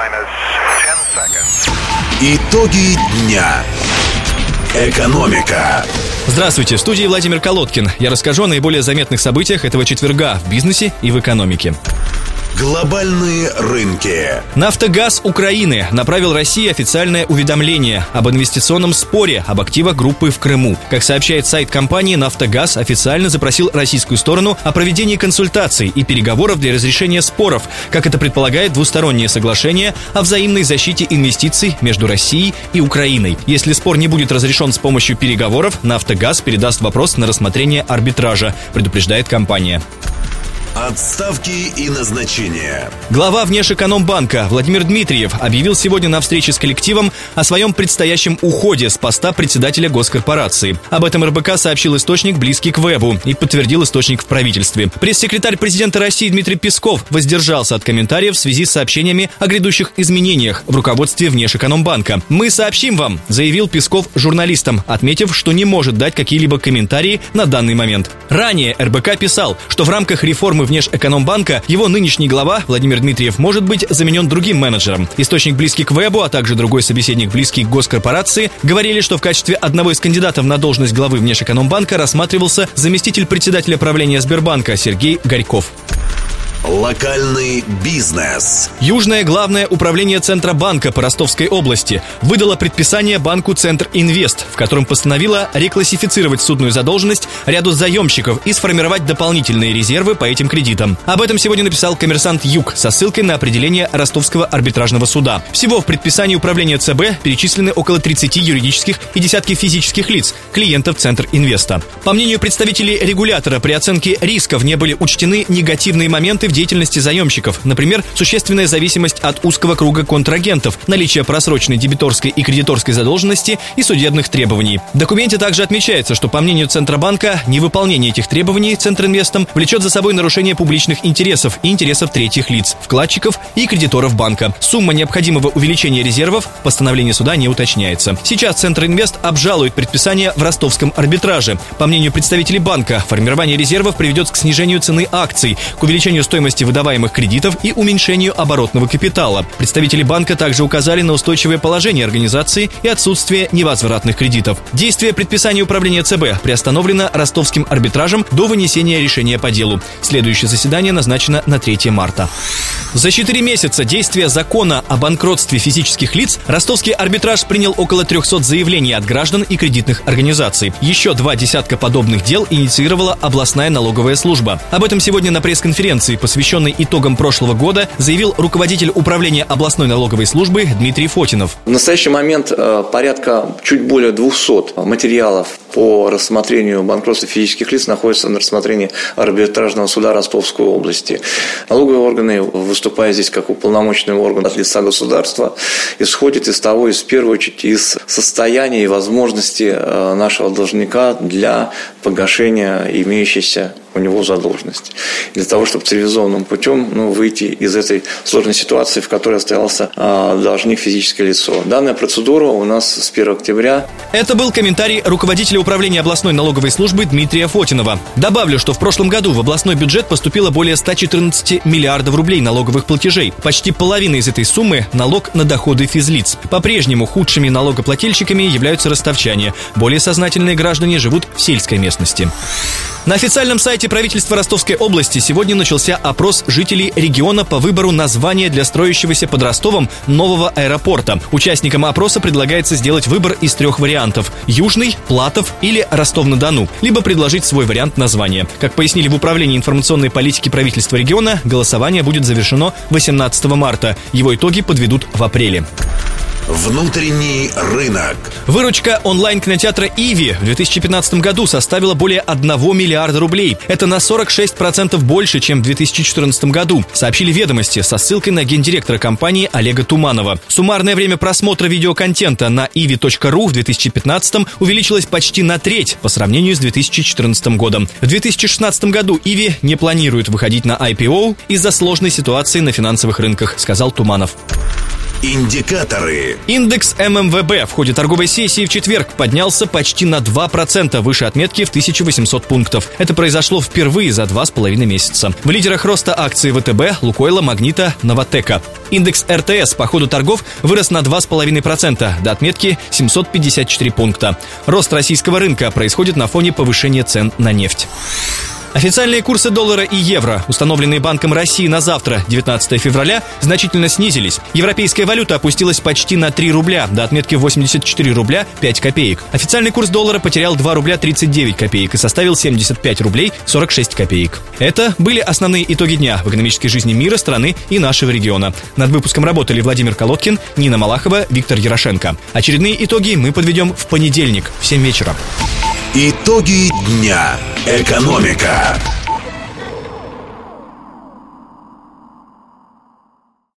Итоги дня. Экономика. Здравствуйте, в студии Владимир Колодкин. Я расскажу о наиболее заметных событиях этого четверга в бизнесе и в экономике. Глобальные рынки. «Нафтогаз Украины» направил России официальное уведомление об инвестиционном споре об активах группы в Крыму. Как сообщает сайт компании, «Нафтогаз» официально запросил российскую сторону о проведении консультаций и переговоров для разрешения споров, как это предполагает двустороннее соглашение о взаимной защите инвестиций между Россией и Украиной. Если спор не будет разрешен с помощью переговоров, «Нафтогаз» передаст вопрос на рассмотрение арбитража, предупреждает компания. Отставки и назначения. Глава Внешэкономбанка Владимир Дмитриев объявил сегодня на встрече с коллективом о своем предстоящем уходе с поста председателя госкорпорации. Об этом РБК сообщил источник, близкий к Вебу, и подтвердил источник в правительстве. Пресс-секретарь президента России Дмитрий Песков воздержался от комментариев в связи с сообщениями о грядущих изменениях в руководстве Внешэкономбанка. «Мы сообщим вам», заявил Песков журналистам, отметив, что не может дать какие-либо комментарии на данный момент. Ранее РБК писал, что в рамках реформы Внешэкономбанка его нынешний глава Владимир Дмитриев может быть заменен другим менеджером. Источник, близкий к Вебу, а также другой собеседник, близкий к госкорпорации, говорили, что в качестве одного из кандидатов на должность главы Внешэкономбанка рассматривался заместитель председателя правления Сбербанка Сергей Горьков. Локальный бизнес. Южное главное управление Центробанка по Ростовской области выдало предписание банку Центринвест, в котором постановило реклассифицировать судную задолженность ряду заемщиков и сформировать дополнительные резервы по этим кредитам. Об этом сегодня написал «Коммерсант Юг» со ссылкой на определение Ростовского арбитражного суда. Всего в предписании управления ЦБ перечислены около 30 юридических и десятки физических лиц, клиентов Центринвеста. По мнению представителей регулятора, при оценке рисков не были учтены негативные моменты в деятельности заемщиков, например, существенная зависимость от узкого круга контрагентов, наличие просроченной дебиторской и кредиторской задолженности и судебных требований. В документе также отмечается, что, по мнению Центробанка, невыполнение этих требований Центринвестом влечет за собой нарушение публичных интересов и интересов третьих лиц, вкладчиков и кредиторов банка. Сумма необходимого увеличения резервов в постановлении суда не уточняется. Сейчас Центринвест обжалует предписание в ростовском арбитраже. По мнению представителей банка, формирование резервов приведет к снижению цены акций, к увеличению стоимости выдаваемых кредитов и уменьшению оборотного капитала. Представители банка также указали на устойчивое положение организации и отсутствие невозвратных кредитов. Действие предписания управления ЦБ приостановлено ростовским арбитражем до вынесения решения по делу. Следующее заседание назначено на 3 марта. За 4 месяца действия закона о банкротстве физических лиц ростовский арбитраж принял около 300 заявлений от граждан и кредитных организаций. Еще 2 десятка подобных дел инициировала областная налоговая служба. Об этом сегодня на пресс-конференции, посвященной итогам прошлого года, заявил руководитель управления областной налоговой службы Дмитрий Фотинов. В настоящий момент порядка чуть более 200 материалов по рассмотрению банкротства физических лиц находятся на рассмотрении арбитражного суда Ростовской области. Налоговые органы, выступая здесь как уполномоченный орган от лица государства, исходят из того, в первую очередь, из состояния и возможности нашего должника для погашения имеющейся у него задолженности. Для того, чтобы цивилизованным путем выйти из этой сложной ситуации, в которой остался должник физическое лицо. Данная процедура у нас с 1 октября. Это был комментарий руководителя управления областной налоговой службы Дмитрия Фотинова. Добавлю, что в прошлом году в областной бюджет поступило более 114 миллиардов рублей налоговых платежей. Почти половина из этой суммы – налог на доходы физлиц. По-прежнему худшими налогоплательщиками являются ростовчане. Более сознательные граждане живут в сельской местности. На официальном сайте правительства Ростовской области сегодня начался опрос жителей региона по выбору названия для строящегося под Ростовом нового аэропорта. Участникам опроса предлагается сделать выбор из 3 вариантов – Южный, Платов или Ростов-на-Дону, либо предложить свой вариант названия. Как пояснили в Управлении информационной политики правительства региона, голосование будет завершено 18 марта. Его итоги подведут в апреле. Внутренний рынок. Выручка онлайн-кинотеатра «Иви» в 2015 году составила более 1 миллиарда рублей. Это на 46% больше, чем в 2014 году, сообщили «Ведомости» со ссылкой на гендиректора компании Олега Туманова. Суммарное время просмотра видеоконтента на ivi.ru в 2015 увеличилось почти на треть по сравнению с 2014 годом. В 2016 году «Иви» не планирует выходить на IPO из-за сложной ситуации на финансовых рынках, сказал Туманов. Индикаторы. Индекс ММВБ в ходе торговой сессии в четверг поднялся почти на 2% выше отметки в 1800 пунктов. Это произошло впервые за 2,5 месяца. В лидерах роста акции ВТБ, Лукойла, Магнита, Новатэка. Индекс РТС по ходу торгов вырос на 2,5% до отметки 754 пункта. Рост российского рынка происходит на фоне повышения цен на нефть. Официальные курсы доллара и евро, установленные Банком России на завтра, 19 февраля, значительно снизились. Европейская валюта опустилась почти на 3 рубля, до отметки 84 рубля 5 копеек. Официальный курс доллара потерял 2 рубля 39 копеек и составил 75 рублей 46 копеек. Это были основные итоги дня в экономической жизни мира, страны и нашего региона. Над выпуском работали Владимир Колодкин, Нина Малахова, Виктор Ярошенко. Очередные итоги мы подведем в понедельник в 7 вечера. Итоги дня. Экономика.